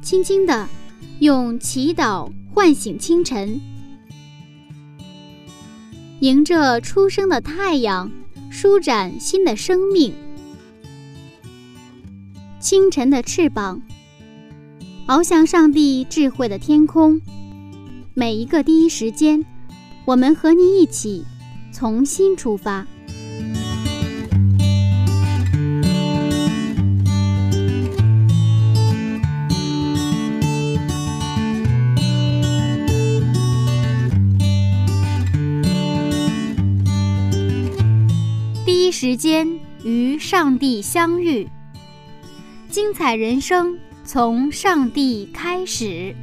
轻轻地用祈祷唤醒清晨，迎着初升的太阳，舒展新的生命。清晨的翅膀翱翔上帝智慧的天空，每一个第一时间，我们和你一起重新出发。第一时间与上帝相遇，精彩人生从上帝开始。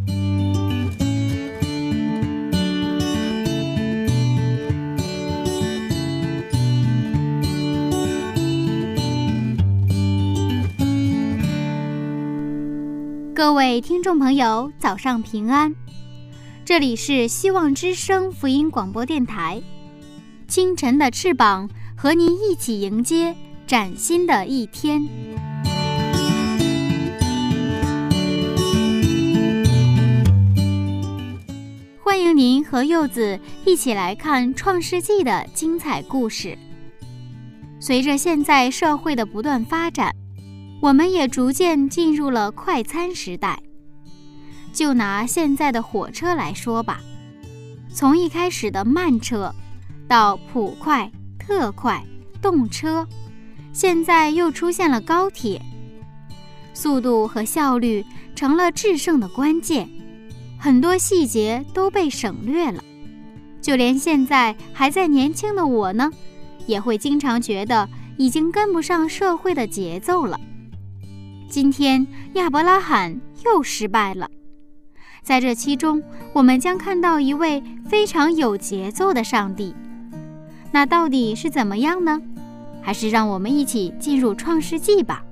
各位听众朋友，早上平安，这里是希望之声福音广播电台，清晨的翅膀和您一起迎接崭新的一天。欢迎您和柚子一起来看创世纪的精彩故事。随着现在社会的不断发展，我们也逐渐进入了快餐时代。就拿现在的火车来说吧，从一开始的慢车到普快、特快、动车，现在又出现了高铁。速度和效率成了制胜的关键，很多细节都被省略了。就连现在还在年轻的我呢，也会经常觉得已经跟不上社会的节奏了。今天亚伯拉罕又失败了。在这其中，我们将看到一位非常有节奏的上帝。那到底是怎么样呢？还是让我们一起进入创世纪吧。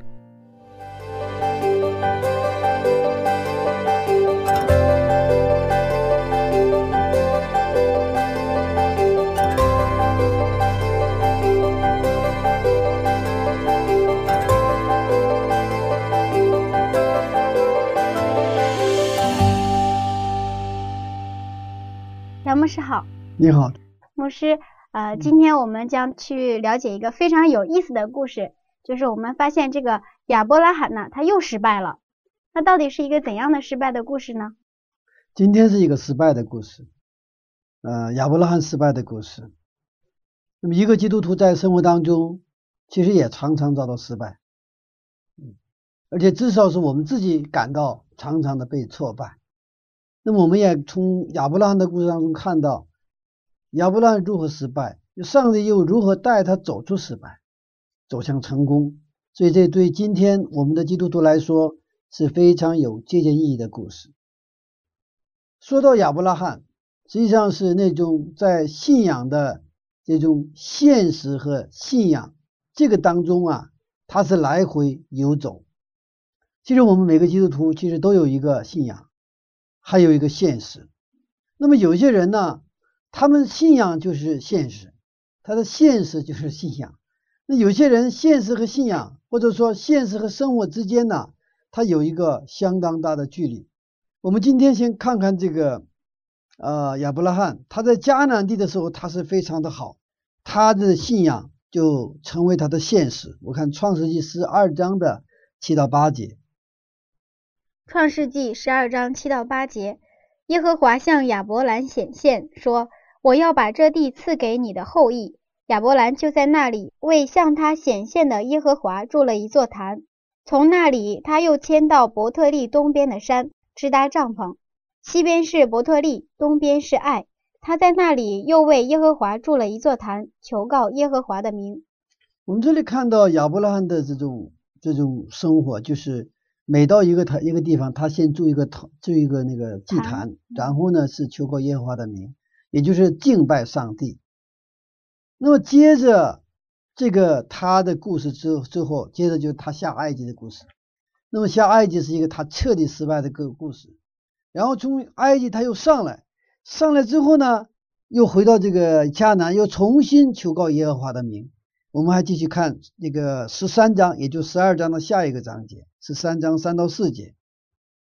杨牧师好。 你好。 牧师，今天我们将去了解一个非常有意思的故事，就是我们发现这个亚伯拉罕呢，他又失败了。那到底是一个怎样的失败的故事呢？ 今天是一个失败的故事，亚伯拉罕失败的故事。那么一个基督徒在生活当中，其实也常常遭到失败，而且至少是我们自己感到常常的被挫败。那么我们也从亚伯拉罕的故事当中看到，亚伯拉罕如何失败，上帝又如何带他走出失败，走向成功。所以这对今天我们的基督徒来说是非常有借鉴意义的故事。说到亚伯拉罕，实际上是那种在信仰的这种现实和信仰这个当中他是来回游走。其实我们每个基督徒其实都有一个信仰，还有一个现实。那么有些人呢，他们信仰就是现实，他的现实就是信仰。那有些人现实和信仰，或者说现实和生活之间呢，他有一个相当大的距离。我们今天先看看这个亚伯拉罕，他在迦南地的时候他是非常的好，他的信仰就成为他的现实。我看创世纪12章的7到8节。 创世纪12章7到8节，耶和华向亚伯兰显现，说：我要把这地赐给你的后裔。亚伯兰就在那里为向他显现的耶和华筑了一座坛，从那里他又迁到伯特利东边的山，支搭帐篷，西边是伯特利，东边是爱。他在那里又为耶和华筑了一座坛，求告耶和华的名。 我们这里看到亚伯拉罕的这种生活，就是每到一个地方，他先筑一个那个祭坛，然后呢是求告耶和华的名，也就是敬拜上帝。那么接着这个他的故事之后，接着就是他下埃及的故事。那么下埃及是一个他彻底失败的个故事，然后从埃及他又上来之后呢，又回到这个迦南，又重新求告耶和华的名。我们还继续看那个13章，也就12章的下一个章节，13章3到4节。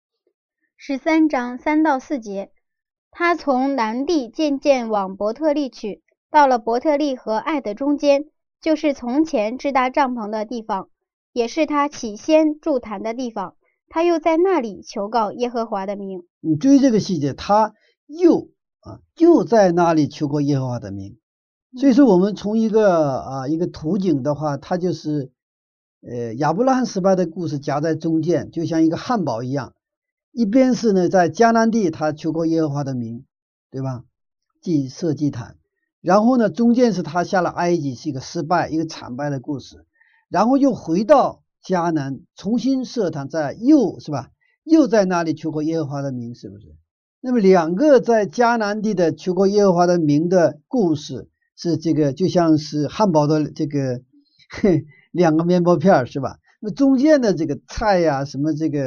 13章3到4节。他从南地渐渐往伯特利去，到了伯特利和爱的中间，就是从前支搭帐篷的地方，也是他起先筑坛的地方。他又在那里求告耶和华的名。 你注意这个细节，他又在那里求过耶和华的名。所以说我们从一个图景的话，它就是亚伯拉罕失败的故事夹在中间，就像一个汉堡一样。一边是呢在迦南地他求过耶和华的名，对吧？设祭坛。然后呢中间是他下了埃及，是一个失败一个惨败的故事。然后又回到迦南重新设坛，又在那里求过耶和华的名，是不是？那么两个在迦南地的求过耶和华的名的故事，是这个就像是汉堡的这个两个面包片，是吧？那么中间的这个菜呀，什么中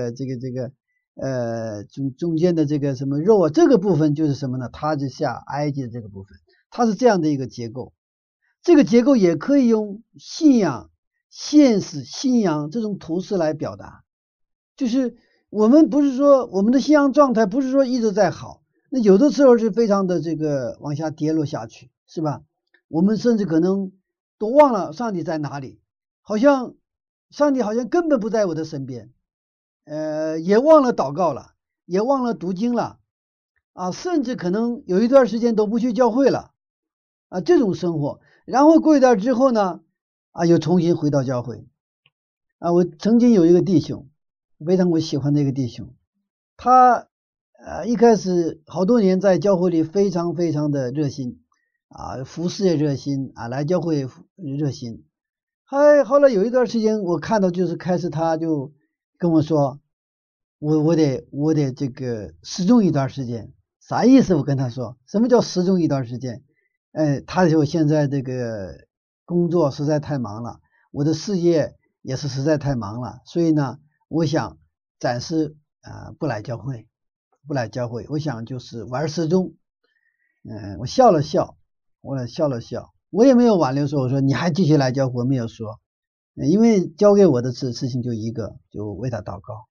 间的这个什么肉啊，这个部分就是什么呢？它就下埃及的这个部分，它是这样的一个结构。这个结构也可以用信仰、现实、信仰这种图式来表达。就是我们不是说我们的信仰状态不是说一直在好，那有的时候是非常的这个往下跌落下去，是吧？我们甚至可能都忘了上帝在哪里，上帝好像根本不在我的身边，也忘了祷告了，也忘了读经了甚至可能有一段时间都不去教会了这种生活。然后过一段之后呢又重新回到教会我曾经有一个弟兄，非常我喜欢的一个弟兄，他一开始好多年在教会里非常非常的热心服侍也热心来教会热心。后来有一段时间我看到就是开始他就跟我说我得这个失踪一段时间。啥意思？我跟他说什么叫失踪一段时间？他说现在这个工作实在太忙了，我的事业也是实在太忙了，所以呢我想暂时不来教会，我想就是玩失踪。我笑了笑，我也没有挽留说，我说你还继续来教会，我没有说，因为交给我的事情就一个，就为他祷告。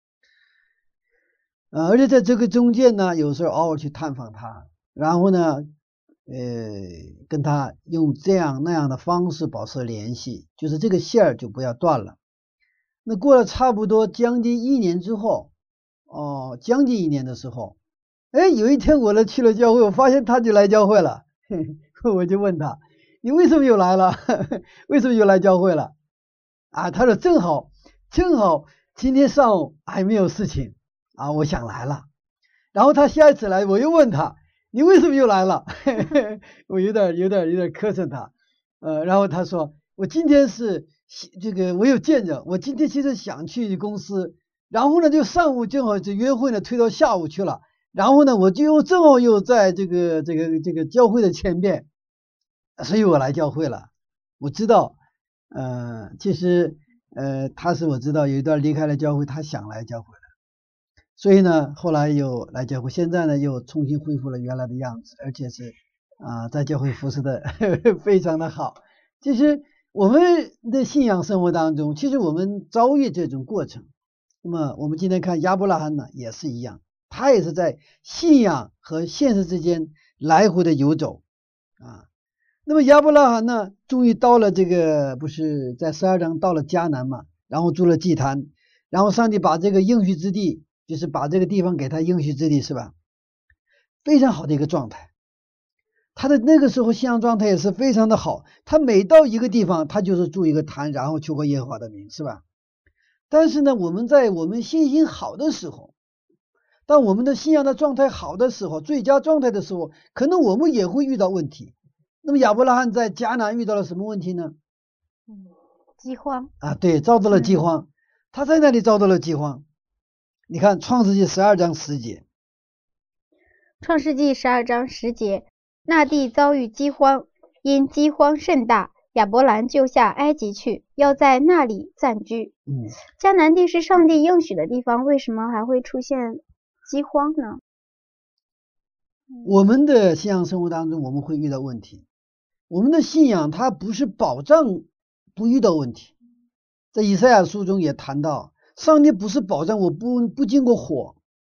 而且在这个中间呢，有时候偶尔去探访他，然后呢跟他用这样那样的方式保持联系，就是这个线儿就不要断了。那过了差不多将近1年之后将近1年的时候，有一天我去了教会，我发现他就来教会了我就问他，你为什么又来了为什么又来教会了他说正好今天上午还没有事情我想来了。然后他下一次来我又问他，你为什么又来了我有点磕碜他然后他说我今天是这个我有见着，我今天其实想去公司，然后呢就上午正好这约会呢推到下午去了，然后呢我就正好又在这个教会的前边，所以我来教会了。我知道其实他是我知道有一段离开了教会，他想来教会了，所以呢后来又来教会，现在呢又重新恢复了原来的样子，而且是在教会服侍的非常的好。其实我们的信仰生活当中，其实我们遭遇这种过程。那么我们今天看亚伯拉罕呢也是一样，他也是在信仰和现实之间来回的游走那么亚伯拉罕呢终于到了这个不是在12章到了迦南嘛，然后筑了祭坛，然后上帝把这个应许之地，就是把这个地方给他应许之地，是吧？非常好的一个状态。他的那个时候信仰状态也是非常的好，他每到一个地方他就是筑一个坛，然后求过耶和华的名，是吧？但是呢我们在我们信心好的时候，当我们的信仰的状态好的时候，最佳状态的时候，可能我们也会遇到问题。那么亚伯拉罕在迦南遇到了什么问题呢？ 饥荒对，遭到了饥荒。他在那里遭到了饥荒。你看创世纪12章10节， 创世纪12章10节，那地遭遇饥荒，因饥荒甚大，亚伯兰就下埃及去，要在那里暂居。迦南地是上帝应许的地方，为什么还会出现饥荒呢？ 我们的信仰生活当中我们会遇到问题，我们的信仰它不是保障不遇到问题。在以赛亚书中也谈到，上帝不是保障我不经过火，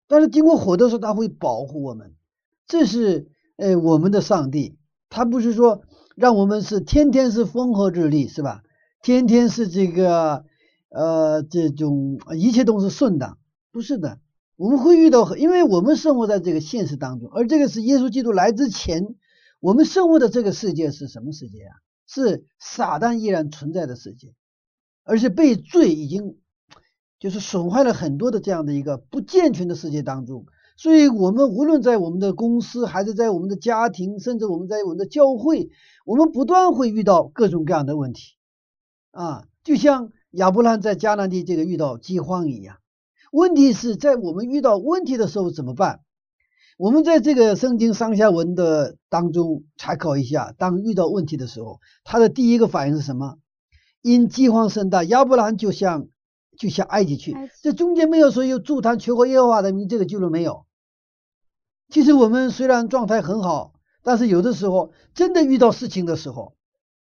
但是经过火的时候，他会保护我们。这是我们的上帝，他不是说让我们是天天是风和日丽，是吧？天天是这个这种一切都是顺当，不是的。我们会遇到，因为我们生活在这个现实当中，而这个是耶稣基督来之前，我们生活的这个世界是什么世界啊？是撒旦依然存在的世界，而且被罪已经就是损坏了很多的这样的一个不健全的世界当中。所以我们无论在我们的公司，还是在我们的家庭，甚至我们在我们的教会，我们不断会遇到各种各样的问题啊，就像亚伯拉罕在迦南地这个遇到饥荒一样。问题是在我们遇到问题的时候怎么办？我们在这个圣经上下文的当中参考一下，当遇到问题的时候，他的第一个反应是什么？因饥荒甚大，亚伯拉罕就向埃及去。这中间没有说有筑坛求告耶和华的名，这个记录没有。其实我们虽然状态很好，但是有的时候真的遇到事情的时候，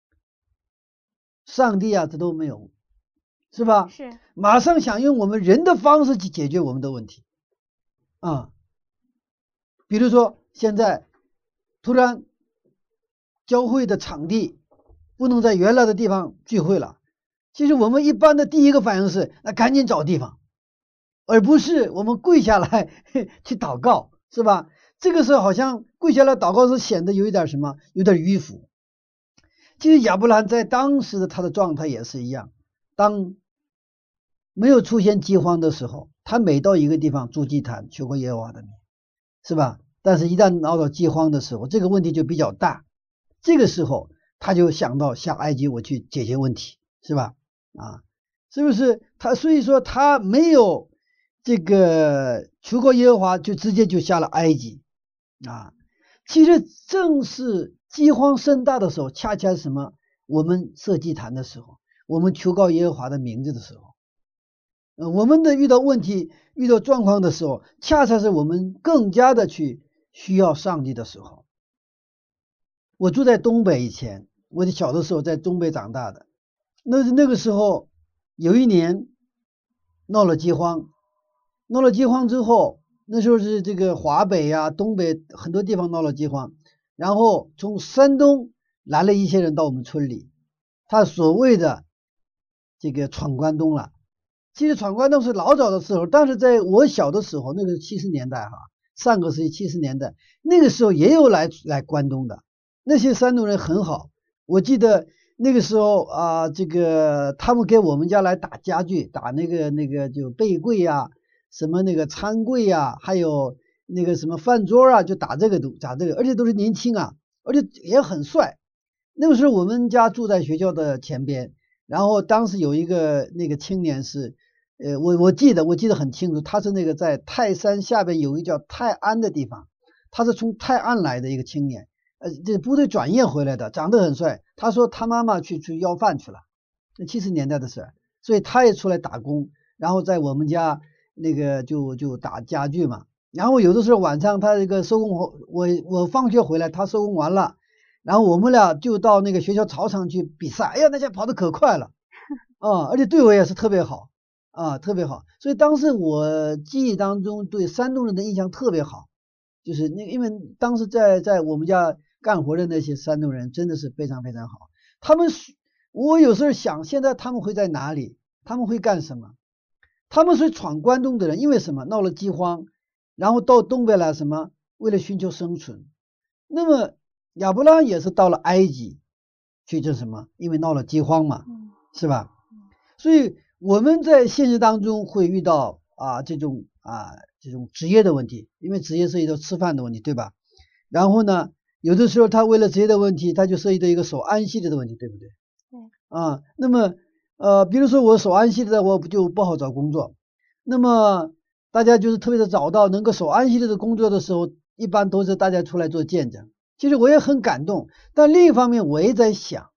上帝啊，这都没有，是吧？ 是。 马上想用我们人的方式去解决我们的问题啊。比如说现在突然教会的场地不能在原来的地方聚会了，其实我们一般的第一个反应是那赶紧找地方，而不是我们跪下来去祷告，是吧？这个时候好像跪下来祷告是显得有一点什么，有点迂腐。其实亚伯兰在当时的他的状态也是一样，当没有出现饥荒的时候，他每到一个地方筑祭坛求过耶和华的名，是吧？但是一旦闹到饥荒的时候，这个问题就比较大，这个时候他就想到下埃及我去解决问题，是吧？啊，是不是？所以说他没有这个求过耶和华，就直接就下了埃及啊。其实正是饥荒甚大的时候，恰恰是什么？我们设祭坛的时候，我们求告耶和华的名字的时候，我们的遇到问题、遇到状况的时候，恰恰是我们更加的去需要上帝的时候。我住在东北以前，我小的时候在东北长大的，那个时候有一年闹了饥荒之后，那时候是这个华北啊、东北很多地方闹了饥荒，然后从山东来了一些人到我们村里，他所谓的这个闯关东了。其实闯关东是老早的时候，但是在我小的时候，那个70年代上个世纪70年代，那个时候也有来关东的，那些山东人很好。我记得那个时候这个他们给我们家来打家具，打那个就被柜啊，什么那个餐柜啊，还有那个什么饭桌啊，就打这个，而且都是年轻啊，而且也很帅。那个时候我们家住在学校的前边，然后当时有一个那个青年是我记得很清楚，他是那个在泰山下边有一个叫泰安的地方，他是从泰安来的一个青年，这部队转业回来的，长得很帅。他说他妈妈去要饭去了，那70年代的事，所以他也出来打工，然后在我们家那个就打家具嘛。然后有的时候晚上他这个收工，我放学回来，他收工完了，然后我们俩就到那个学校操场去比赛。哎呀，那家跑得可快了而且对我也是特别好。特别好，所以当时我记忆当中对山东人的印象特别好，就是因为当时在我们家干活的那些山东人真的是非常非常好。我有时候想，现在他们会在哪里？他们会干什么？他们是闯关东的人，因为什么？闹了饥荒，然后到东北来什么？为了寻求生存。那么亚伯拉罕也是到了埃及去，这什么？因为闹了饥荒嘛，是吧？所以我们在现实当中会遇到这种职业的问题，因为职业涉及到吃饭的问题，对吧？然后呢，有的时候他为了职业的问题，他就涉及到一个守安息日的问题，对不对？对。那么比如说我守安息日的，我就不好找工作。那么大家就是特别的找到能够守安息日的工作的时候，一般都是大家出来做见证。其实我也很感动，但另一方面我也在想，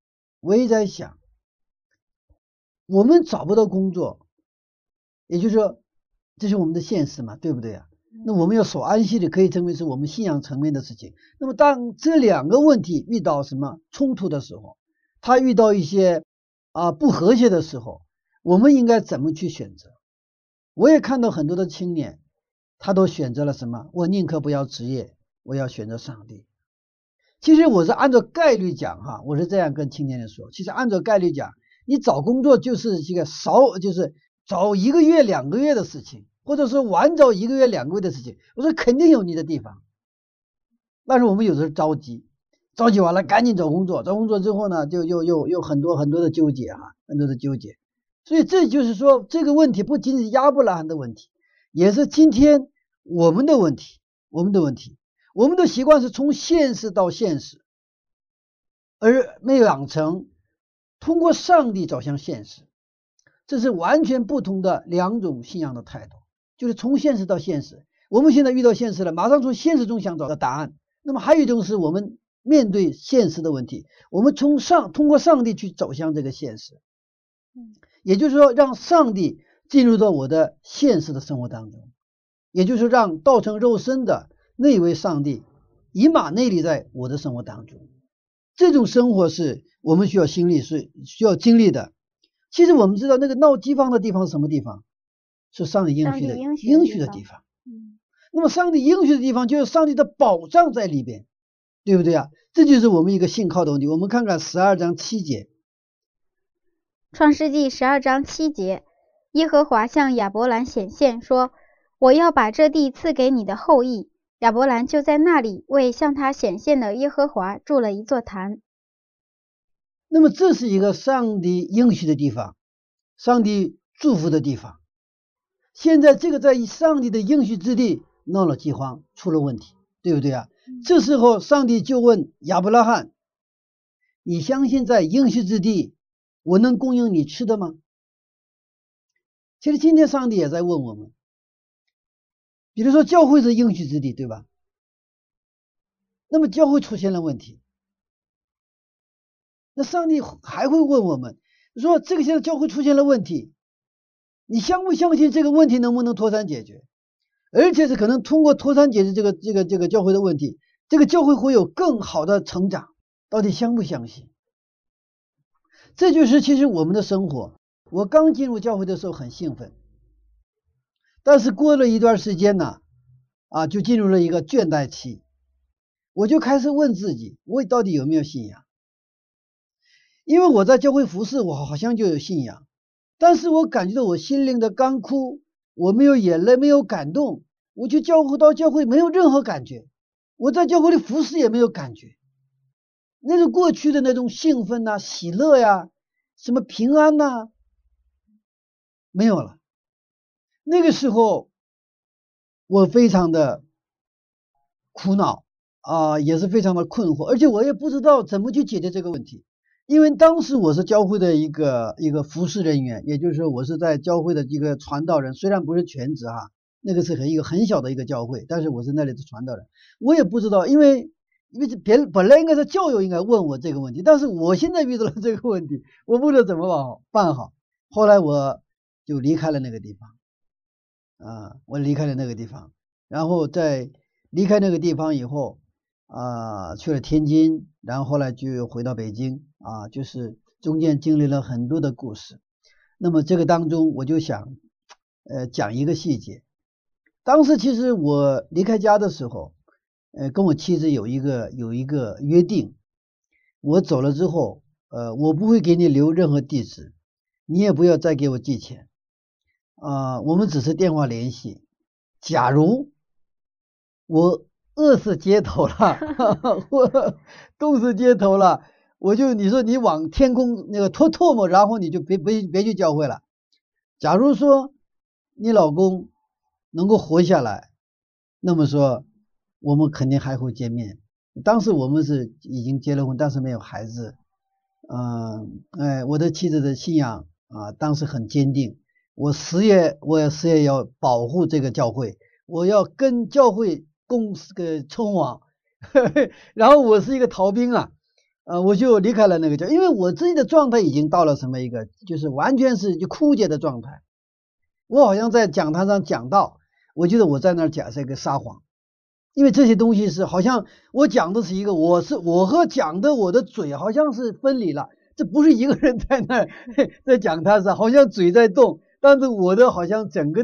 我们找不到工作，也就是说这是我们的现实嘛，对不对啊？那我们要守安息日，可以称为是我们信仰层面的事情。那么当这两个问题遇到什么冲突的时候，他遇到一些不和谐的时候，我们应该怎么去选择？我也看到很多的青年， 他都选择了什么？我宁可不要职业，我要选择上帝。其实我是按照概率讲哈，我是这样跟青年人说，其实按照概率讲，你找工作就是这个就是早1个月2个月的事情，或者说晚早1个月2个月的事情，我说肯定有你的地方。但是我们有时候着急完了赶紧找工作，找工作之后呢，就又很多的纠结哈，很多的纠结。所以这就是说，这个问题不仅仅是亚伯拉罕的问题，也是今天我们的问题。我们的习惯是从现实到现实，而没有养成通过上帝走向现实，这是完全不同的2种信仰的态度。就是从现实到现实，我们现在遇到现实了，马上从现实中想找到答案。那么还有一种是我们面对现实的问题，我们通过上帝去走向这个现实，也就是说让上帝进入到我的现实的生活当中，也就是让道成肉身的那位上帝以马内利在我的生活当中。这种生活是我们需要经历的。其实我们知道那个闹饥荒的地方是什么地方？是上帝应许的地方。那么上帝应许的地方就是上帝的保障在里边，对不对啊？这就是我们一个信靠的问题。我们看看12章7节， 创世纪12章7节，耶和华向亚伯兰显现说，我要把这地赐给你的后裔。亚伯兰就在那里为向他显现的耶和华筑了一座坛。 那么这是一个上帝应许的地方，上帝祝福的地方。现在这个在上帝的应许之地闹了饥荒，出了问题，对不对啊？这时候上帝就问亚伯拉罕，你相信在应许之地我能供应你吃的吗？其实今天上帝也在问我们，比如说教会是应许之地，对吧？那么教会出现了问题，那上帝还会问我们说，这个现在教会出现了问题，你相不相信这个问题能不能脱产解决？而且是可能通过脱产解决这个教会的问题，这个教会会有更好的成长，到底相不相信？这就是其实我们的生活。我刚进入教会的时候很兴奋，但是过了一段时间呢，就进入了一个倦怠期，我就开始问自己，我到底有没有信仰？因为我在教会服侍，我好像就有信仰，但是我感觉到我心灵的干枯，我没有眼泪，没有感动，我去到教会没有任何感觉，我在教会里服侍也没有感觉，那种过去的那种兴奋啊、喜乐呀、什么平安啊，没有了。那个时候我非常的苦恼也是非常的困惑，而且我也不知道怎么去解决这个问题。因为当时我是教会的一个服侍人员，也就是说我是在教会的一个传道人，虽然不是全职那个是一个很小的一个教会，但是我是那里的传道人。我也不知道，因为本来应该是教友应该问我这个问题，但是我现在遇到了这个问题，我不知道怎么办好。后来我就离开了那个地方然后在离开那个地方以后去了天津，然后后来就回到北京就是中间经历了很多的故事。那么这个当中我就想讲一个细节。当时其实我离开家的时候跟我妻子有一个约定，我走了之后我不会给你留任何地址，你也不要再给我寄钱我们只是电话联系。假如我饿死街头了我冻死街头了，你说你往天空那个吐唾沫，然后你就别去教会了。假如说你老公能够活下来，那么说我们肯定还会见面。当时我们是已经结了婚，但是没有孩子我的妻子的信仰当时很坚定，我死也要保护这个教会，我要跟教会冲往然后我是一个逃兵我就离开了那个教，因为我自己的状态已经到了什么一个就是完全是就枯竭的状态。我好像在讲台上讲道，我觉得我在那儿讲是一个撒谎，因为这些东西是好像我讲的是一个我和讲的我的嘴好像是分离了，这不是一个人在那儿在讲台上好像嘴在动，但是我的好像整个的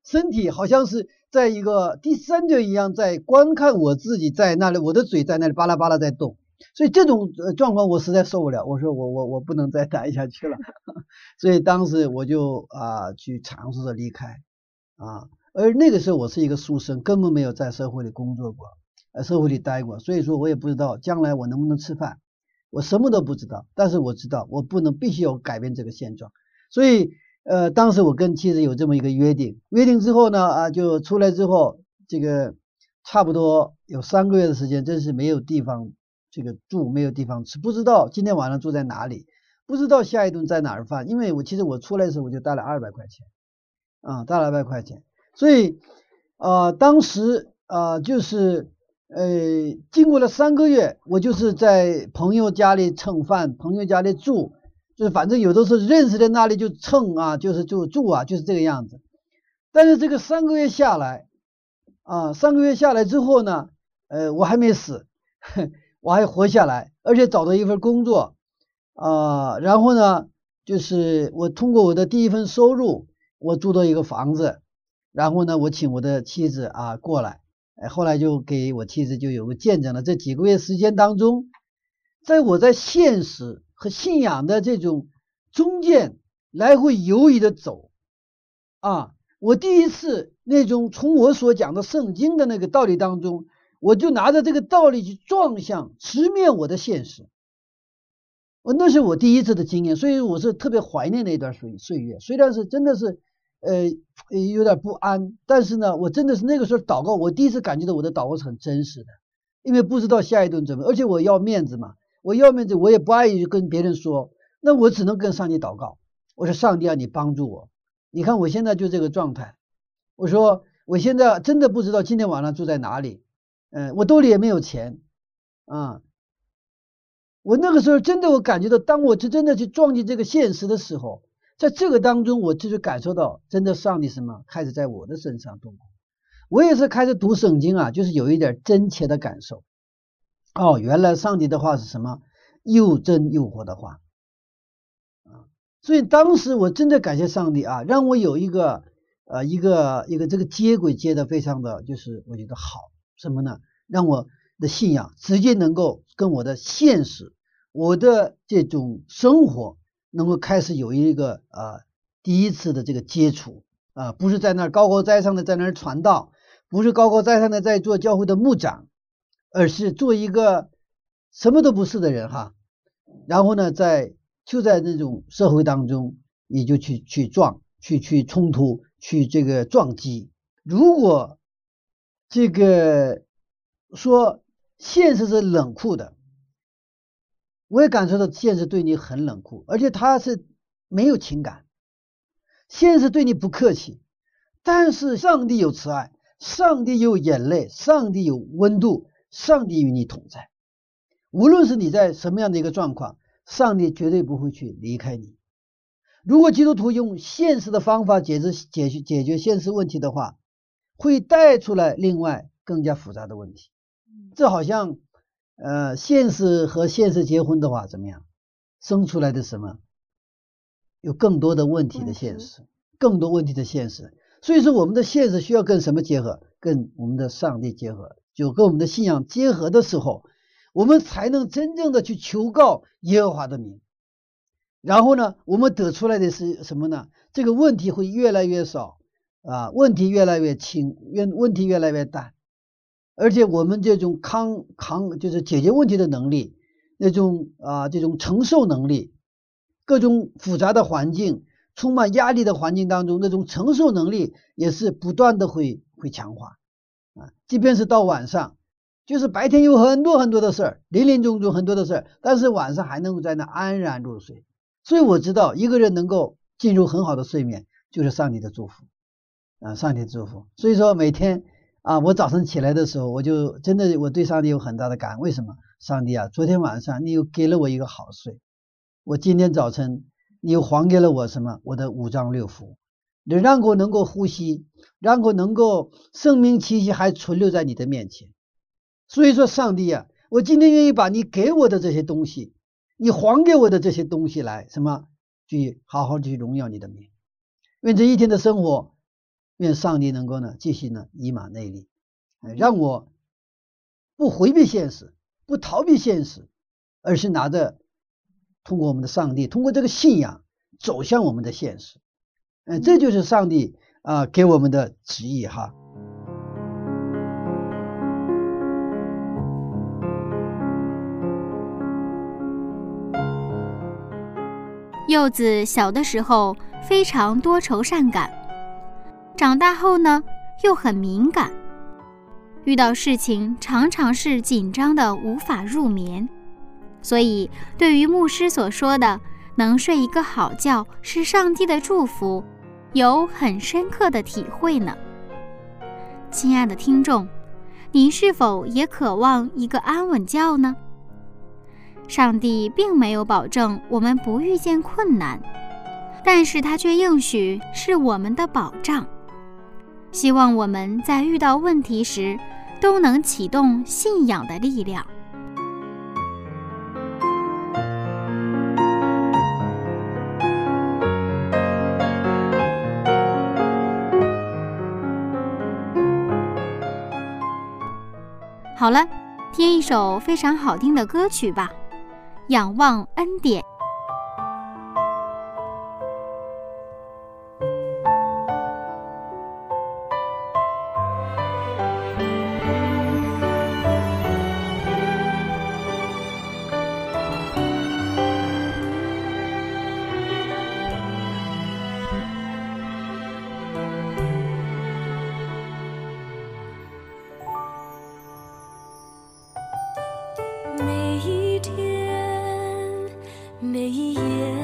身体好像是在一个第三者一样在观看我自己，在那里，我的嘴在那里巴拉巴拉在动。所以这种状况我实在受不了，我说我不能再待下去了。所以当时我就去尝试着离开而那个时候我是一个书生，根本没有在社会里工作过，社会里待过，所以说我也不知道将来我能不能吃饭，我什么都不知道。但是我知道我必须要改变这个现状。所以当时我跟妻子有这么一个约定之后呢就出来之后，这个差不多有3个月的时间，真是没有地方这个住，没有地方吃，不知道今天晚上住在哪里，不知道下一顿在哪儿饭。因为其实我出来的时候我就带了200块钱带了200块钱。所以当时就是经过了3个月，我就是在朋友家里蹭饭，朋友家里住，就是反正有的时候认识的那里就蹭就是就住就是这个样子。但是这个3个月下来3个月下来之后呢我还没死我还活下来，而且找到一份工作然后呢就是我通过我的第一份收入，我租到一个房子，然后呢我请我的妻子过来，后来就给我妻子就有个见证了。这几个月时间当中，在我在现实和信仰的这种中间来回游移的走我第一次那种从我所讲的圣经的那个道理当中，我就拿着这个道理去撞向直面我的现实。那是我第一次的经验，所以我是特别怀念那段岁月。虽然是真的是有点不安，但是呢我真的是那个时候祷告，我第一次感觉到我的祷告是很真实的，因为不知道下一顿怎么，而且我要面子嘛，我也不爱跟别人说，那我只能跟上帝祷告。我说上帝你帮助我，你看我现在就这个状态，我说我现在真的不知道今天晚上住在哪里，我兜里也没有钱我那个时候真的我感觉到，当我真的去撞击这个现实的时候，在这个当中我就是感受到真的上帝什么开始在我的身上动工。我也是开始读圣经就是有一点真切的感受原来上帝的话是什么，又真又活的话所以当时我真的感谢上帝让我有一个这个接轨接的非常的就是我觉得好，什么呢，让我的信仰直接能够跟我的现实，我的这种生活能够开始有一个第一次的这个接触不是在那儿高高在上的在那儿传道，不是高高在上的在做教会的牧长，而是做一个什么都不是的人然后呢就在那种社会当中你就去冲突，去这个撞击。如果这个说现实是冷酷的，我也感受到现实对你很冷酷，而且它是没有情感，现实对你不客气。但是上帝有慈爱，上帝有眼泪，上帝有温度，上帝与你同在。无论是你在什么样的一个状况，上帝绝对不会去离开你。如果基督徒用现实的方法解决现实问题的话，会带出来另外更加复杂的问题。这好像现实和现实结婚的话怎么样，生出来的什么有更多的问题的现实，更多问题的现实。所以说我们的现实需要跟什么结合，跟我们的上帝结合，就跟我们的信仰结合的时候，我们才能真正的去求告耶和华的名。然后呢我们得出来的是什么呢，这个问题会越来越少问题越来越轻，问题越来越淡，而且我们这种就是解决问题的能力，那种这种承受能力，各种复杂的环境，充满压力的环境当中，那种承受能力也是不断的会强化即便是到晚上，就是白天有很多很多的事儿，林林总总很多的事儿，但是晚上还能够在那安然入睡。所以我知道一个人能够进入很好的睡眠，就是上帝的祝福上帝的祝福。所以说每天我早晨起来的时候，我就真的我对上帝有很大的感恩。为什么？上帝昨天晚上你又给了我一个好睡，我今天早晨你又还给了我什么？我的5脏6腑，你让我能够呼吸，让我能够生命气息还存留在你的面前。所以说上帝我今天愿意把你给我的这些东西，你还给我的这些东西来什么去好好去荣耀你的名。因为这一天的生活愿上帝能够呢继续呢以马内利，让我不回避现实，不逃避现实，而是通过我们的上帝，通过这个信仰走向我们的现实。这就是上帝给我们的旨意哈。 柚子小的时候非常多愁善感，长大后呢又很敏感，遇到事情常常是紧张的无法入眠，所以对于牧师所说的能睡一个好觉是上帝的祝福，有很深刻的体会呢。亲爱的听众，您是否也渴望一个安稳觉呢？上帝并没有保证我们不遇见困难，但是他却应许是我们的保障，希望我们在遇到问题时都能启动信仰的力量。好了，听一首非常好听的歌曲吧，仰望恩典。 每一天，每一夜，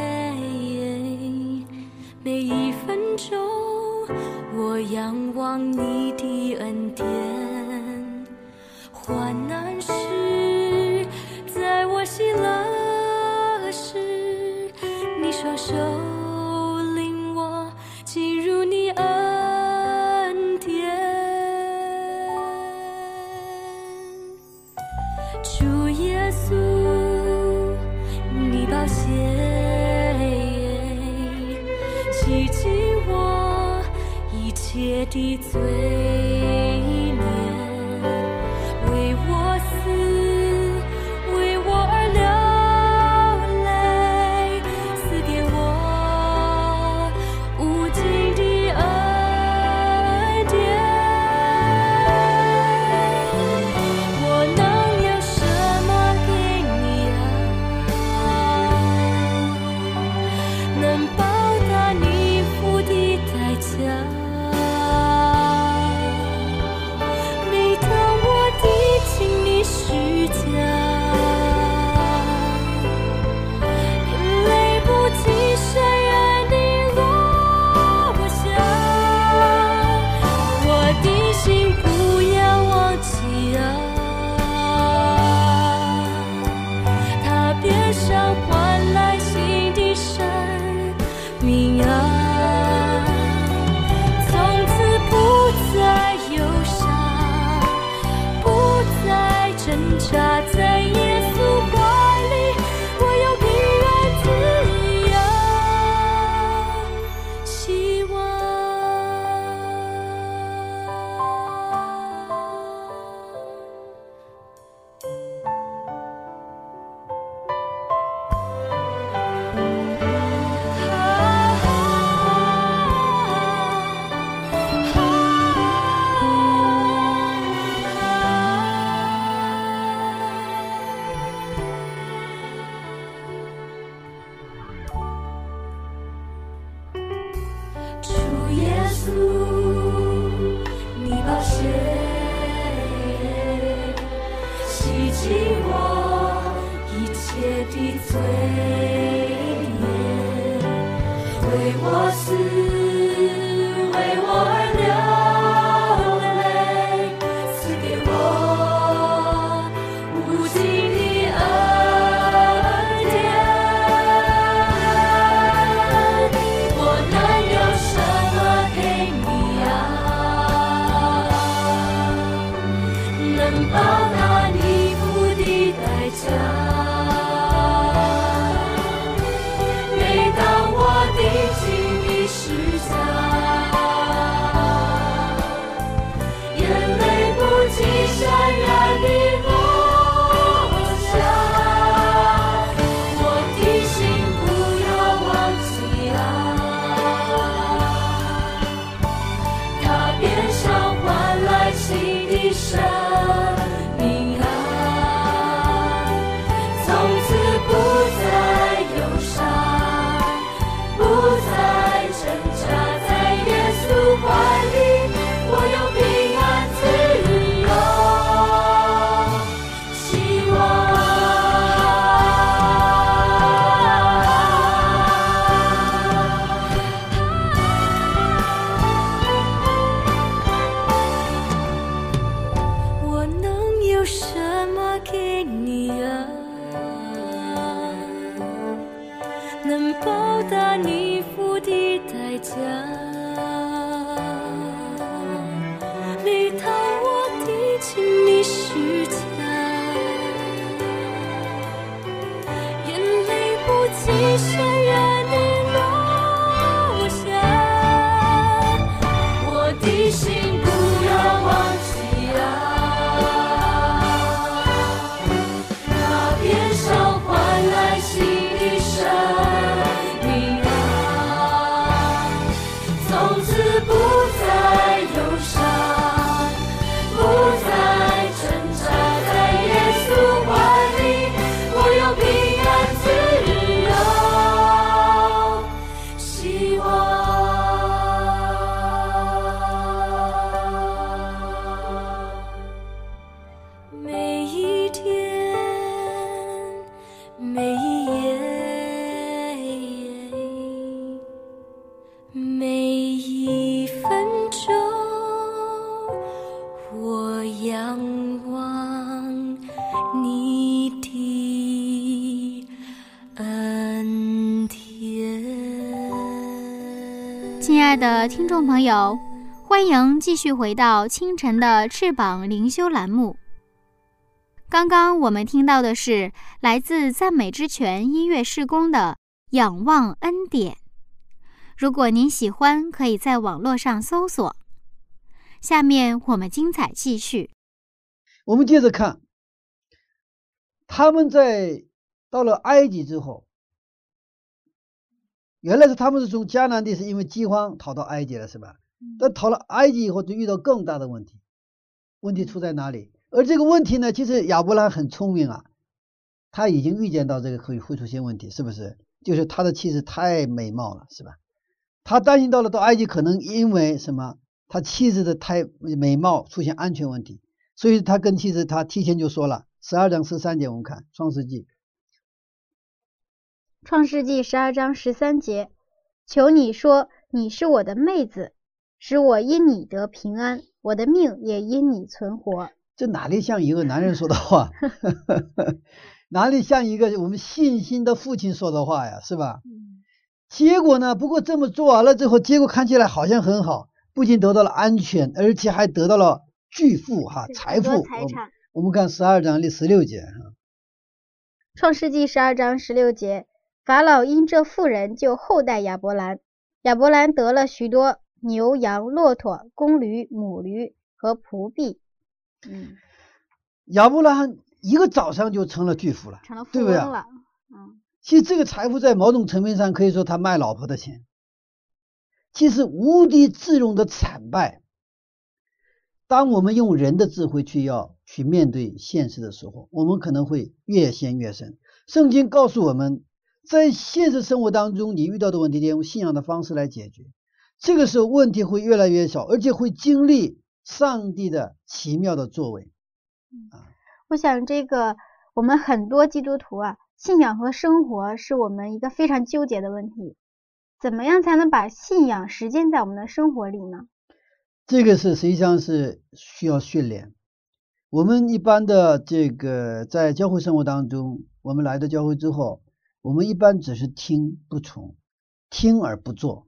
每一分钟，我仰望你的恩典。患难时，在我喜乐时，你双手领我进入你恩典。主耶稣，你宝血洗净我一切的罪孽，为我死，为我而流泪，赐给我无尽的恩典。我能有什么给你能报答你付的代价？每当我提起你施加，眼泪不停潸然地落下，我的心不要忘记他边上换来新的生命从此不再忧伤，不再挣扎，在耶稣怀里，我有平安自由希望。主耶稣，你宝血洗净我一切的罪孽，为我死，为我而流泪，赐给我无尽的恩典。我能有什么给你能报答你付的代价？每当我的经历实不的代价。你讨我的情，你虚假，眼泪不及潸然地落下。我的心不要忘记啊，那片烧换来新的生命啊，从此不再忧伤，不再挣扎，在耶稣怀里，我有平安自由希望。每一天，每一夜，每一分钟，我仰望你的恩典。 亲爱的听众朋友，欢迎继续回到清晨的翅膀灵修栏目。刚刚我们听到的是来自赞美之泉音乐事工的仰望恩典。如果您喜欢，可以在网络上搜索。下面我们精彩继续。 我们接着看，他们到了埃及之后，原来他们是从迦南地是因为饥荒逃到埃及了，是吧？但逃了埃及以后就遇到更大的问题。问题出在哪里？而这个问题呢，其实亚伯兰很聪明啊，他已经预见到这个会出现问题，是不是？就是他的妻子太美貌了，是吧？他担心到埃及可能因为什么，他妻子的太美貌出现安全问题，所以他跟妻子他提前就说了。12章13节我们看创世纪 12章13节，求你说你是我的妹子，使我因你得平安，我的命也因你存活。 这哪里像一个男人说的话哪里像一个我们信心的父亲说的话呀，是吧？结果呢，不过这么做完了之后，结果看起来好像很好，不仅得到了安全，而且还得到了巨富财富。我们看12章16节。 创世纪12章16节，法老因这妇人就厚待亚伯兰，亚伯兰得了许多牛羊骆驼公驴母驴和仆婢。 亚伯兰一个早上就成了巨富了， 成了富翁了。 其实这个财富在某种层面上可以说他卖老婆的钱。其实无地自容的惨败，当我们用人的智慧去面对现实的时候，我们可能会越陷越深。圣经告诉我们，在现实生活当中你遇到的问题得用信仰的方式来解决，这个时候问题会越来越少，而且会经历上帝的奇妙的作为。 我想这个我们很多基督徒信仰和生活是我们一个非常纠结的问题，怎么样才能把信仰实践在我们的生活里呢？ 这个实际上是需要训练。我们一般的在教会生活当中，我们来到教会之后，我们一般只是听不从，听而不做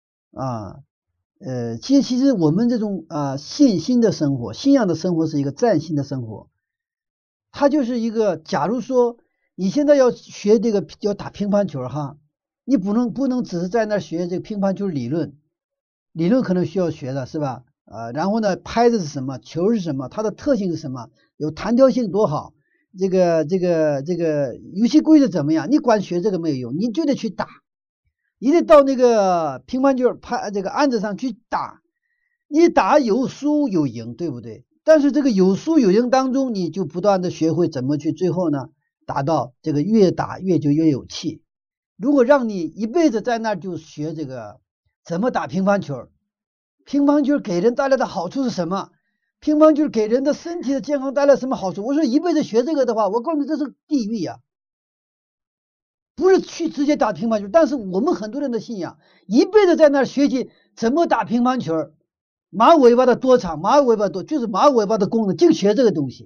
其实我们这种信心的生活，信仰的生活是一个战心的生活。它就是一个，假如说你现在要学要打乒乓球你不能只是在那学这个乒乓球理论可能需要学的是吧？然后呢，拍子是什么，球是什么，它的特性是什么，有弹跳性多好，这个游戏规则怎么样，你光学这个没有用，你就得去打，你得到那个乒乓球案子上去打，你打有输有赢，对不对？但是这个有输有赢当中，你就不断的学会怎么去最后呢达到这个越打越有气。如果让你一辈子在那就学这个怎么打乒乓球，乒乓球给人带来的好处是什么，乒乓球给人的身体的健康带来什么好处，我说一辈子学这个的话，我告诉你这是地狱不是去直接打乒乓球。但是我们很多人的信仰一辈子在那学习怎么打乒乓球，马尾巴的多长，马尾巴就是马尾巴的功能，净学这个东西。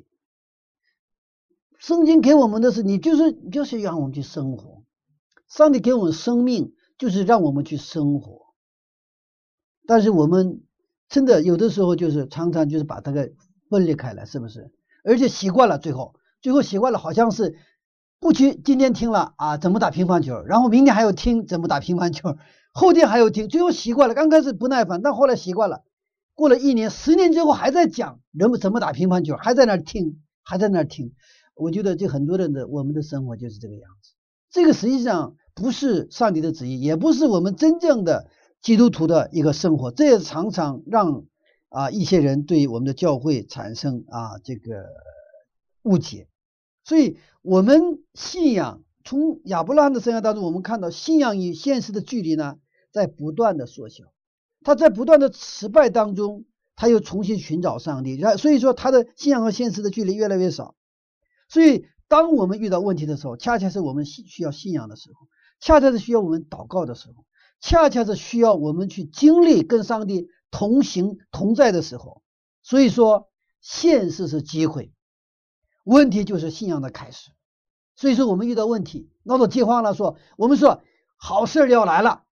圣经给我们的是你就是让我们去生活，上帝给我们生命， 就是让我们去生活。但是我们真的有的时候就是常常就是把它给分裂开来，是不是？而且习惯了，最后习惯了，好像是不去今天听了啊怎么打乒乓球，然后明天还要听怎么打乒乓球，后天还要听，最后习惯了。刚开始不耐烦，但后来习惯了。过了1年、10年之后还在讲人们怎么打乒乓球，还在那儿听。我觉得这很多人的我们的生活就是这个样子。这个实际上不是上帝的旨意，也不是我们真正的基督徒的一个生活。这也常常让一些人对我们的教会产生这个误解。所以我们信仰，从亚伯拉罕的生涯当中，我们看到信仰与现实的距离呢在不断的缩小。他在不断的失败当中，他又重新寻找上帝，所以说他的信仰和现实的距离越来越少。所以当我们遇到问题的时候，恰恰是我们需要信仰的时候，恰恰是需要我们祷告的时候，恰恰是需要我们去经历跟上帝同行同在的时候。所以说现实是机会，问题就是信仰的开始。所以说我们遇到问题闹到饥荒了，我们说好事要来了，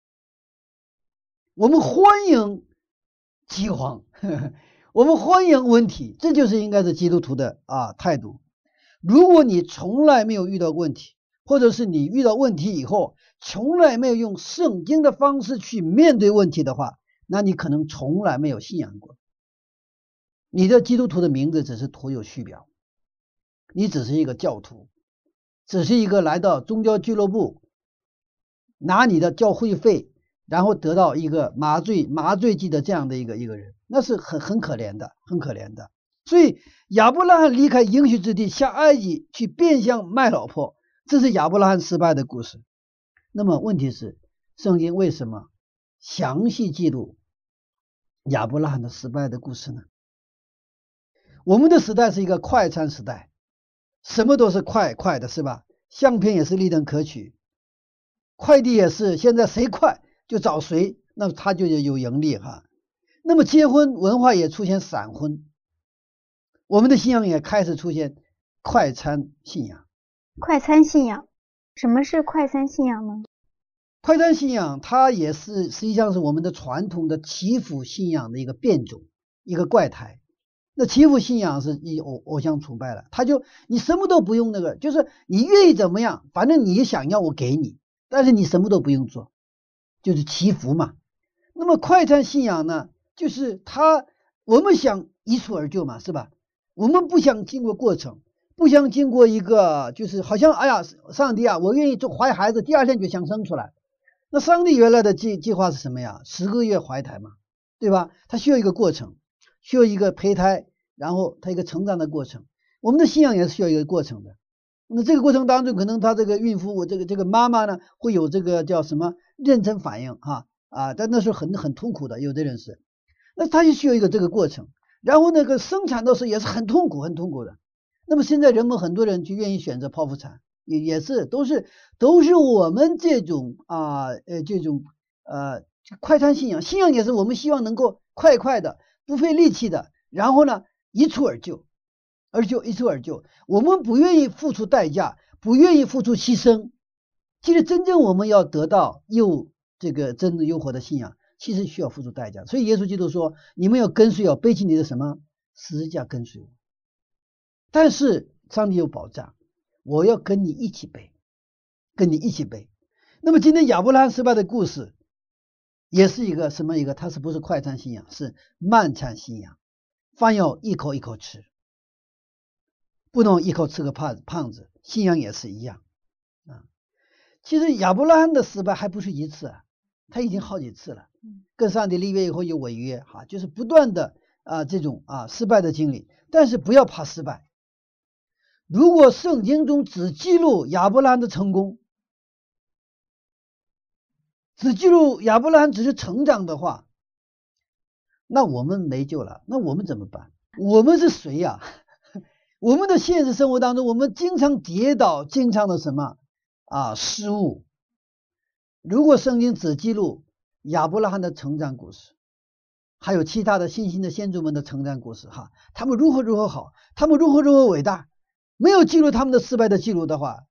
我们欢迎饥荒，我们欢迎问题，这就是应该是基督徒的态度。如果你从来没有遇到问题，或者是你遇到问题以后从来没有用圣经的方式去面对问题的话，那你可能从来没有信仰过。你的基督徒的名字只是徒有虚表，你只是一个教徒，只是一个来到宗教俱乐部拿你的教会费，然后得到一个麻醉剂的这样的一个人，那是很可怜的，很可怜的。所以亚伯拉罕离开应许之地下埃及去变相卖老婆，这是亚伯拉罕失败的故事。那么问题是，圣经为什么详细记录亚伯拉罕的失败的故事呢？我们的时代是一个快餐时代，什么都是快的，是吧？相片也是立等可取，快递也是，现在谁快就找谁，那他就有盈利哈。那么结婚文化也出现闪婚，我们的信仰也开始出现快餐信仰。 快餐信仰，什么是快餐信仰呢？ 快餐信仰它也是实际上是我们的传统的祈福信仰的一个变种，一个怪胎。那祈福信仰是偶像崇拜了，你什么都不用，就是你愿意怎么样，反正你想要我给你，但是你什么都不用做，就是祈福嘛。那么快餐信仰呢，就是我们想一蹴而就嘛，是吧？我们不想经过过程，不想经过一个就是好像上帝我愿意怀孩子，第2天就想生出来。那上帝原来的计划是什么呀？10个月怀胎嘛，对吧？他需要一个过程，需要一个胚胎，然后他一个成长的过程。我们的信仰也是需要一个过程的。那这个过程当中，可能他这个孕妇，这个妈妈呢，会有这个叫什么妊娠反应但那是很痛苦的，有的人是。那他就需要一个这个过程。然后那个生产的时候也是很痛苦的。那么现在很多人就愿意选择剖腹产，也是都是我们这种快餐信仰也是我们希望能够快的，不费力气的，然后呢一蹴而就，我们不愿意付出代价，不愿意付出牺牲。其实真正我们要得到真的诱惑的信仰，其实需要付出代价。所以耶稣基督说，你们要跟随，要背起你的什么十字架跟随我。但是上帝有保障，我要跟你一起背。那么今天亚伯拉罕失败的故事也是一个什么它是不是快餐信仰，是慢餐信仰。饭要一口一口吃，不能一口吃个胖子。信仰也是一样其实亚伯拉罕的失败还不是一次他已经好几次了。跟上帝立约以后有违约就是不断的这种失败的经历。但是不要怕失败。如果圣经中只记录亚伯拉罕的成功，只记录亚伯拉罕只是成长的话，那我们没救了。那我们怎么办？我们是谁呀？我们的现实生活当中，我们经常跌倒，经常的什么失误。如果圣经只记录亚伯拉罕的成长故事，还有其他的信心的先祖们的成长故事他们如何好，他们如何伟大，没有记录他们的失败的记录的话，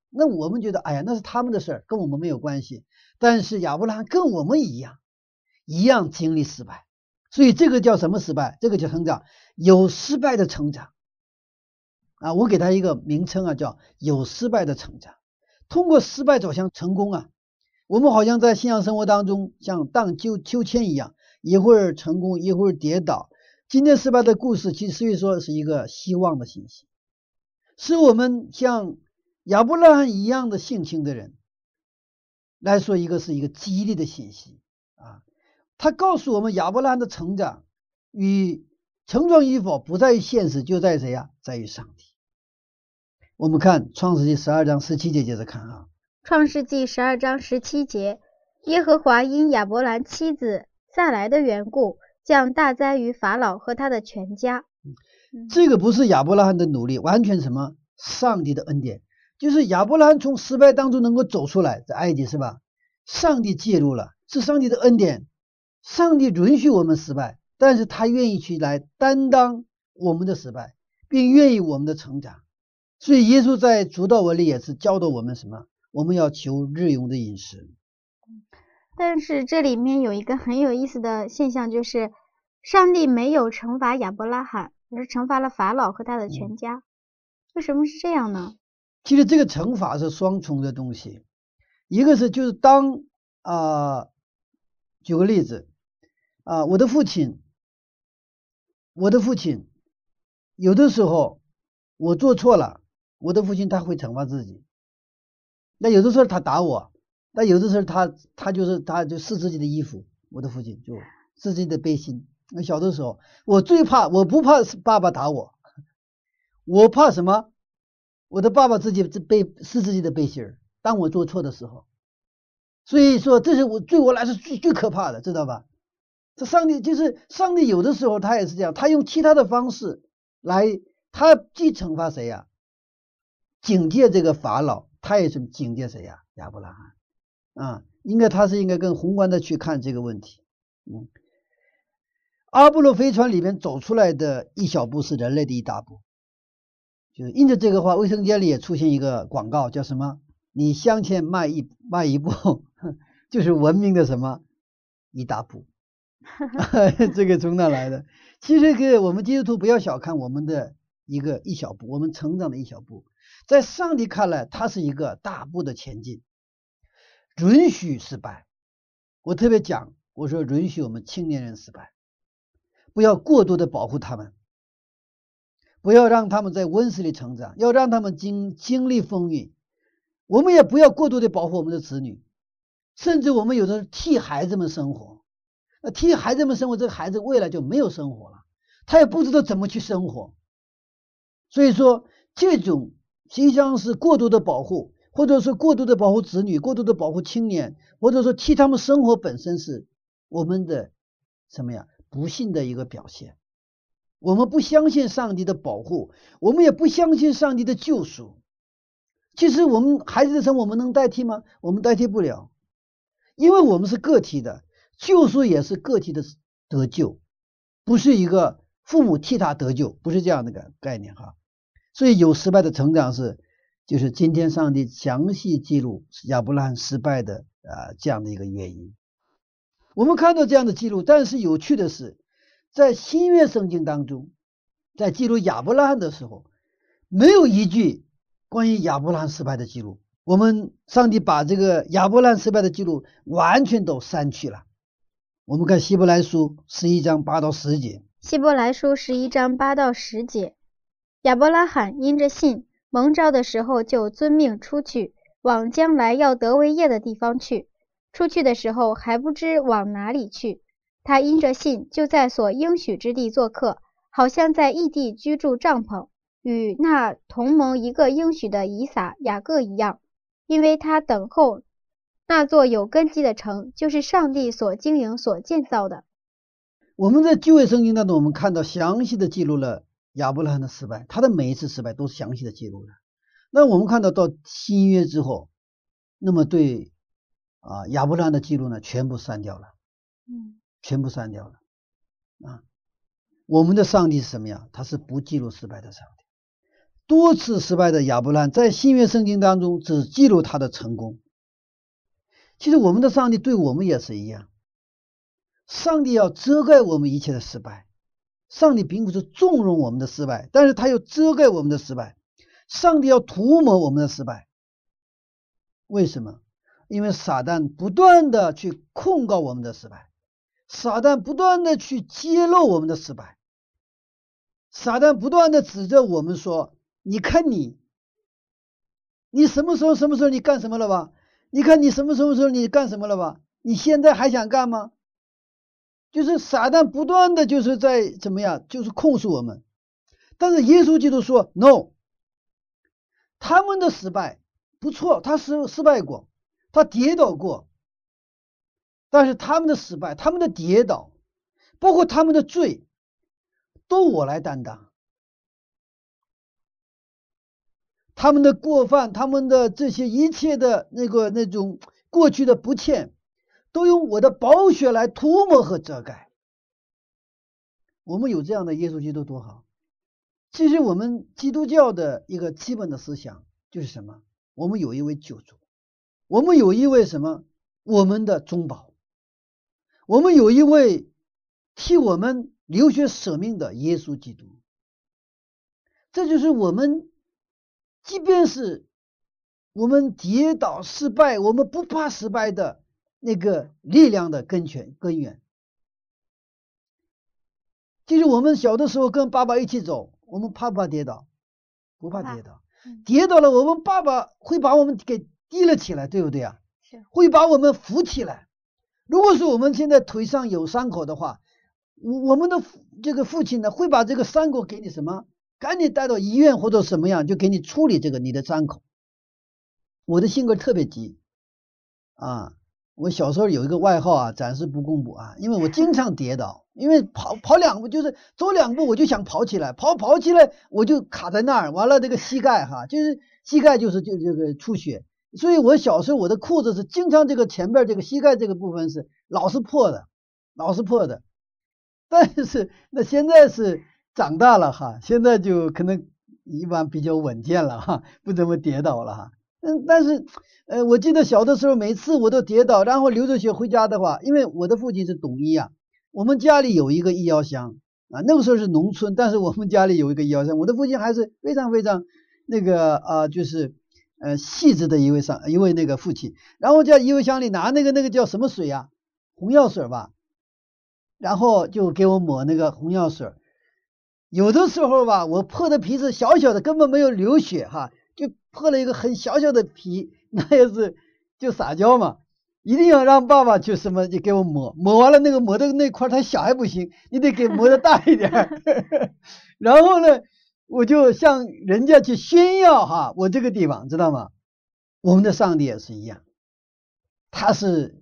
那我们觉得，哎呀，那是他们的事儿，跟我们没有关系。但是亚伯拉罕跟我们一样经历失败，所以这个叫什么失败？这个叫成长，有失败的成长啊！我给他一个名称啊，叫有失败的成长。通过失败走向成功啊！我们好像在信仰生活当中像荡秋千一样，一会儿成功，一会儿跌倒。今天失败的故事，其实所以说是一个希望的信息，是我们像亚伯拉罕一样的性情的人来说，是一个激励的信息啊。他告诉我们，亚伯拉罕的成长与成长与否不在于现实，就在于谁呀？在于上帝。我们看创世纪12章17节，接着看啊。 创世纪12章17节，耶和华因亚伯兰妻子撒来的缘故，降大灾于法老和他的全家。 这个不是亚伯拉罕的努力，完全什么？上帝的恩典。就是亚伯拉罕从失败当中能够走出来，在埃及是吧？上帝介入了，是上帝的恩典。上帝允许我们失败，但是他愿意去来担当我们的失败，并愿意我们的成长。所以耶稣在主祷文里也是教导我们什么？我们要求日用的饮食。 但是这里面有一个很有意思的现象，就是上帝没有惩罚亚伯拉罕，而是惩罚了法老和他的全家。为什么是这样呢？ 其实这个惩罚是双重的东西，一个是就是当举个例子我的父亲有的时候我做错了，我的父亲他会惩罚自己。那有的时候他打我，但有的时候他就撕自己的衣服，我的父亲就撕自己的背心。那小的时候我不怕爸爸打我，我怕什么？我的爸爸撕自己的背心，当我做错的时候。所以说这是对我来说最可怕的，知道吧？这上帝有的时候他也是这样，他用其他的方式来，他既惩罚谁呀？警戒这个法老，他也是警戒谁呀？亚伯拉罕他是应该更宏观的去看这个问题。阿波罗飞船里面走出来的一小步是人类的一大步。就是因着这个话，卫生间里也出现一个广告，叫什么？你向前迈一步，就是文明的什么一大步。这个从哪来的？其实我们基督徒不要小看我们的一小步，我们成长的一小步，在上帝看来，它是一个大步的前进。允许失败，我特别讲，我说允许我们青年人失败，不要过多的保护他们，不要让他们在温室里成长，要让他们经历风雨。我们也不要过度的保护我们的子女，甚至我们有的替孩子们生活，替孩子们生活，这个孩子未来就没有生活了，他也不知道怎么去生活。所以说这种实际上是过度的保护，或者说过度的保护子女，过度的保护青年，或者说替他们生活，本身是我们的什么呀？不幸的一个表现。我们不相信上帝的保护，我们也不相信上帝的救赎。其实我们孩子的生活我们能代替吗？我们代替不了，因为我们是个体的，救赎也是个体的得救，不是一个父母替他得救，不是这样的个概念哈。所以有失败的成长就是今天上帝详细记录亚伯拉罕失败的这样的一个原因。我们看到这样的记录，但是有趣的是，在新约圣经当中，在记录亚伯拉罕的时候，没有一句关于亚伯拉罕失败的记录。上帝把这个亚伯拉罕失败的记录完全都删去了。我们看希伯来书11章8到10节。 希伯来书11章8到10节，亚伯拉罕因着信蒙召的时候，就遵命出去，往将来要得为业的地方去。出去的时候还不知往哪里去，他因着信就在所应许之地做客，好像在异地居住帐篷，与那同盟一个应许的以撒、雅各一样，因为他等候那座有根基的城，就是上帝所经营所建造的。 我们在旧约圣经当中，我们看到详细的记录了亚伯拉罕的失败，他的每一次失败都是详细的记录了。那我们看到新约之后，那么对亚伯拉罕的记录呢，全部删掉了，全部删掉了我们的上帝是什么呀？他是不记录失败的上帝。 多次失败的亚伯兰，在新约圣经当中只记录他的成功。其实我们的上帝对我们也是一样，上帝要遮盖我们一切的失败。上帝并不是纵容我们的失败，但是他要遮盖我们的失败。上帝要涂抹我们的失败。为什么？因为撒旦不断的去控告我们的失败，撒旦不断的去揭露我们的失败，撒旦不断的指着我们说，你看你什么时候你干什么了吧？你看你什么时候你干什么了吧？你现在还想干吗？就是撒旦不断的就是在怎么样，就是控诉我们。但是耶稣基督说 no， 他们的失败不错，他失败过，他跌倒过，但是他们的失败，他们的跌倒，包括他们的罪，都我来担当。他们的过犯，他们的这些一切的那种过去的不欠，都用我的宝血来涂抹和遮盖。我们有这样的耶稣基督多好。其实我们基督教的一个基本的思想就是什么？我们有一位救主，我们有一位什么？我们的中保，我们有一位替我们流血舍命的耶稣基督。这就是我们即便是我们跌倒失败，我们不怕失败的那个力量的根源。就是我们小的时候跟爸爸一起走，我们怕不怕跌倒？不怕跌倒。跌倒了，我们爸爸会把我们给提了起来，对不对啊？ 是， 会把我们扶起来。如果说我们现在腿上有伤口的话，我们的这个父亲呢，会把这个伤口给你什么？赶紧带到医院或者什么样，就给你处理这个你的伤口。我的性格特别急啊，我小时候有一个外号啊，暂时不公布啊，因为我经常跌倒，因为跑两步就是走两步我就想跑起来，跑起来我就卡在那儿，完了这个膝盖就是膝盖就这个出血，所以我小时候我的裤子是经常这个前边这个膝盖这个部分是老是破的。但是那现在是长大了现在就可能一般比较稳健了不怎么跌倒了但是我记得小的时候每次我都跌倒，然后流着血回家的话，因为我的父亲是懂医啊，我们家里有一个医药箱啊，那个时候是农村，但是我们家里有一个医药箱，我的父亲还是非常非常那个就是细致的一位那个父亲，然后在医药箱里拿那个叫什么水啊，红药水吧，然后就给我抹那个红药水。有的时候吧，我破的皮是小小的，根本没有流血就破了一个很小小的皮，那也是就撒娇嘛，一定要让爸爸去什么就给我抹完了，那个抹的那块太小还不行，你得给磨的大一点然后呢，我就向人家去炫耀我这个地方知道吗？我们的上帝也是一样，他是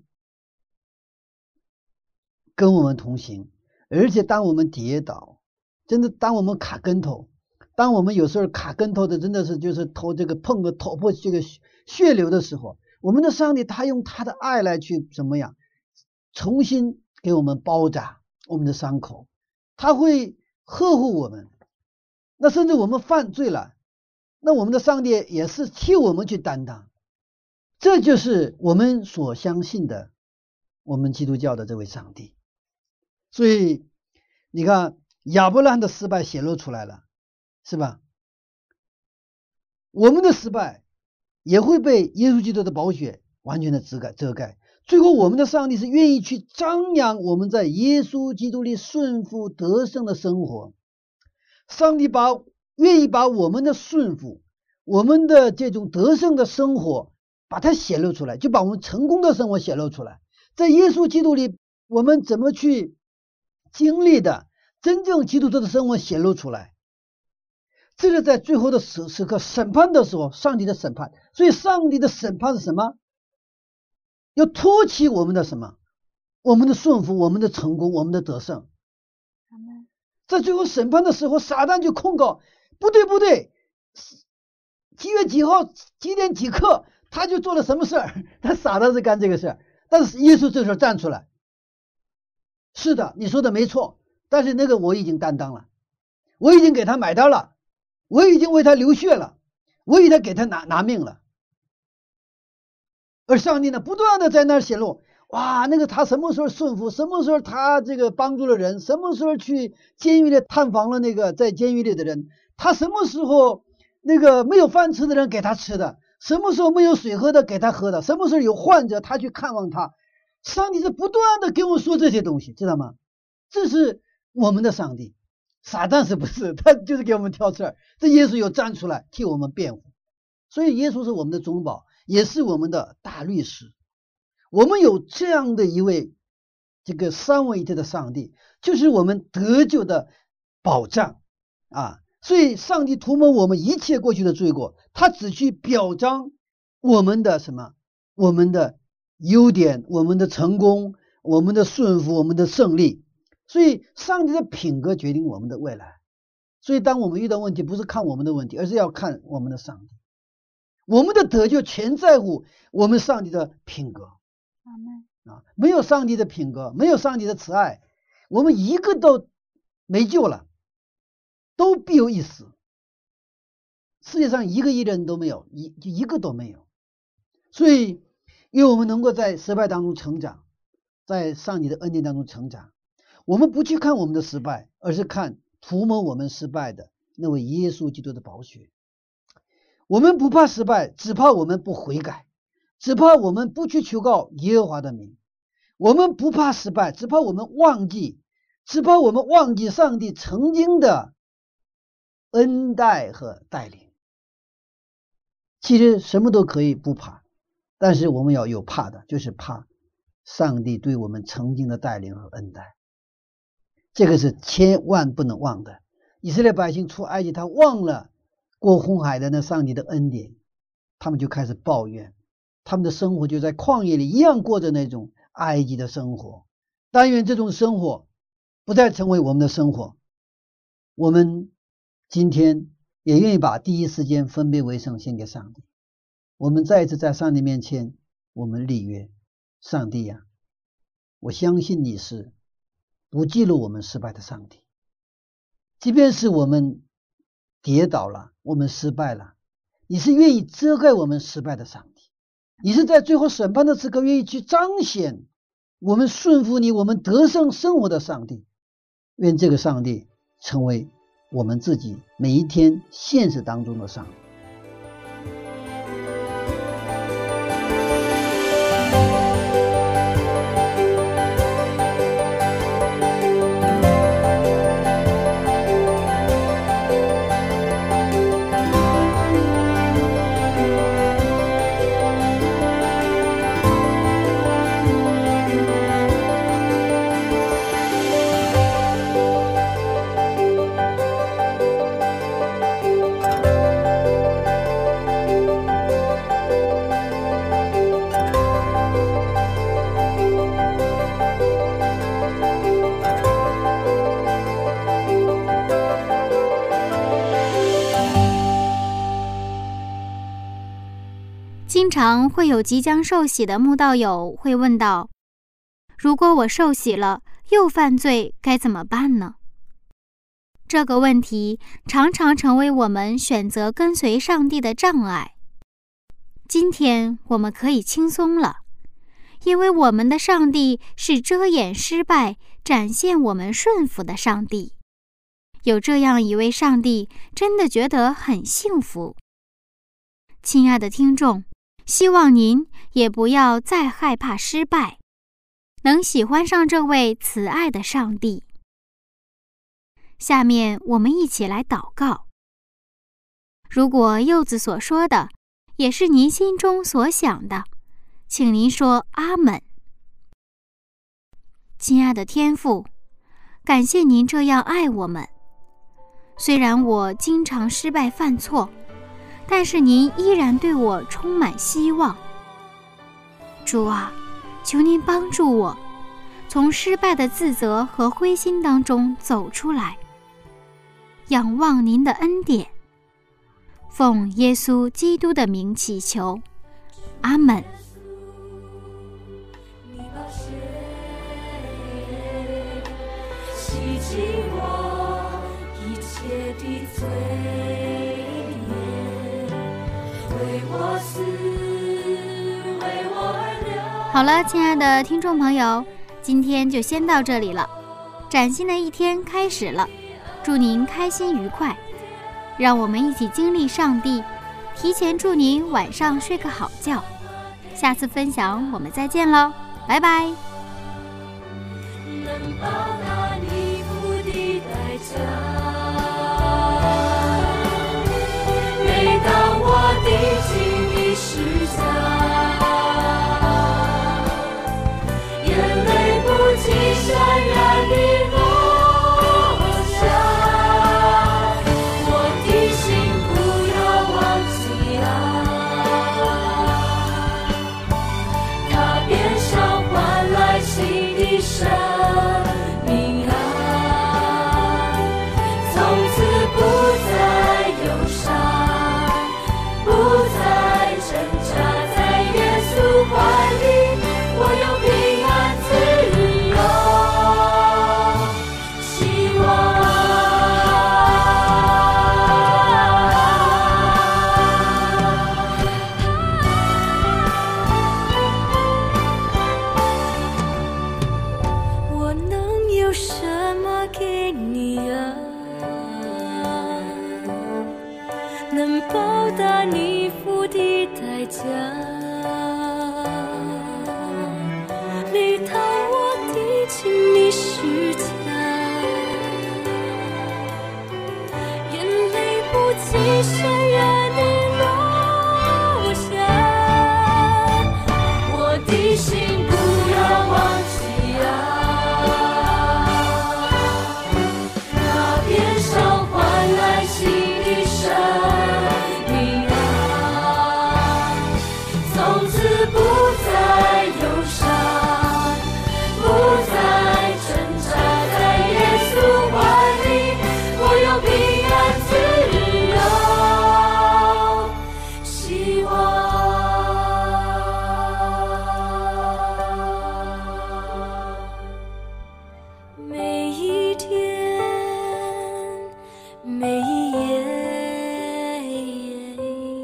跟我们同行，而且当我们跌倒，真的当我们卡跟头，当我们有时候卡跟头的真的是就是头这个碰个头破这个血流的时候，我们的上帝他用他的爱来去怎么样重新给我们包扎我们的伤口，他会呵护我们。那甚至我们犯罪了，那我们的上帝也是替我们去担当。这就是我们所相信的我们基督教的这位上帝。所以你看亚伯拉罕的失败显露出来了，是吧？我们的失败也会被耶稣基督的宝血完全的遮盖。最后我们的上帝是愿意去张扬我们在耶稣基督里顺服得胜的生活。上帝愿意把我们的顺服，我们的这种得胜的生活把它显露出来，就把我们成功的生活显露出来。在耶稣基督里我们怎么去经历的真正基督徒的生活显露出来，这是在最后的时刻审判的时候，上帝的审判。所以上帝的审判是什么？要托起我们的什么？我们的顺服，我们的成功，我们的得胜。在最后审判的时候，撒旦就控告，不对，几月几号几点几刻他就做了什么事儿，他撒旦是干这个事儿。但是耶稣这时候站出来，是的，你说的没错，但是那个我已经担当了，我已经给他买单了， 我已经为他流血了，我已经给他拿命了。而上帝呢，不断的在那儿显露，哇，那个他什么时候顺服，什么时候他这个帮助了人，什么时候去监狱里探访了那个在监狱里的人，他什么时候那个没有饭吃的人给他吃的，什么时候没有水喝的给他喝的，什么时候有患者他去看望他。上帝是不断的给我们说这些东西，知道吗？这是我们的上帝。撒旦是不是？他就是给我们挑刺儿。这耶稣又站出来替我们辩护，所以耶稣是我们的中保，也是我们的大律师。我们有这样的一位这个三位一体的上帝，就是我们得救的保障啊！所以上帝涂抹我们一切过去的罪过，他只去表彰我们的什么？我们的优点，我们的成功，我们的顺服，我们的胜利。所以上帝的品格决定我们的未来。所以当我们遇到问题，不是看我们的问题，而是要看我们的上帝。我们的得救全在乎我们上帝的品格。没有上帝的品格，没有上帝的慈爱，我们一个都没救了，都必有一死。世界上一个义人都没有，一个都没有。所以因为我们能够在失败当中成长，在上帝的恩典当中成长，我们不去看我们的失败，而是看涂抹我们失败的那位耶稣基督的宝血。我们不怕失败，只怕我们不悔改，只怕我们不去求告耶和华的名。我们不怕失败，只怕我们忘记上帝曾经的恩待和带领。其实什么都可以不怕，但是我们要有怕的，就是怕上帝对我们曾经的带领和恩待。这个是千万不能忘的。以色列百姓出埃及，他忘了过红海的那上帝的恩典，他们就开始抱怨，他们的生活就在旷野里一样过着那种埃及的生活。但愿这种生活不再成为我们的生活。我们今天也愿意把第一时间分别为圣献给上帝。我们再一次在上帝面前，我们立约，上帝呀，我相信你是不记录我们失败的上帝。即便是我们跌倒了，我们失败了，你是愿意遮盖我们失败的上帝。你是在最后审判的时刻愿意去彰显我们顺服你，我们得胜生活的上帝。愿这个上帝成为我们自己每一天现实当中的上帝。 经常会有即将受洗的慕道友会问道：如果我受洗了又犯罪该怎么办呢？这个问题常常成为我们选择跟随上帝的障碍。今天我们可以轻松了，因为我们的上帝是遮掩失败，展现我们顺服的上帝。有这样一位上帝，真的觉得很幸福。亲爱的听众，希望您也不要再害怕失败，能喜欢上这位慈爱的上帝。下面我们一起来祷告。如果柚子所说的也是您心中所想的，请您说阿们。亲爱的天父，感谢您这样爱我们。虽然我经常失败犯错，但是您依然对我充满希望。主啊，求您帮助我，从失败的自责和灰心当中走出来，仰望您的恩典。奉耶稣基督的名祈求，阿们。 洗净我一切的罪。 好了，亲爱的听众朋友，今天就先到这里了。崭新的一天开始了，祝您开心愉快。让我们一起经历上帝，提前祝您晚上睡个好觉。下次分享我们再见喽，拜拜。 能报答你付的代价。每当我低情的时下，眼泪不禁潸然地落下，我的心不要忘记啊，它变上换来新的生命啊，从此不再忧伤，不再挣扎，在耶稣怀里，我有平安自由希望。我能有什么给你啊？能报答你付的代价？每当我低情的时间，眼泪不禁潸然地落下，我的心不要忘记啊，那变上换来新的生命啊，从此不再忧伤，不再挣扎，在耶稣怀里，我有平安自由希望。每一天，每一夜，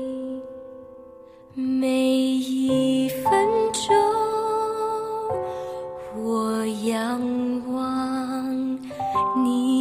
每一分钟，我仰望你。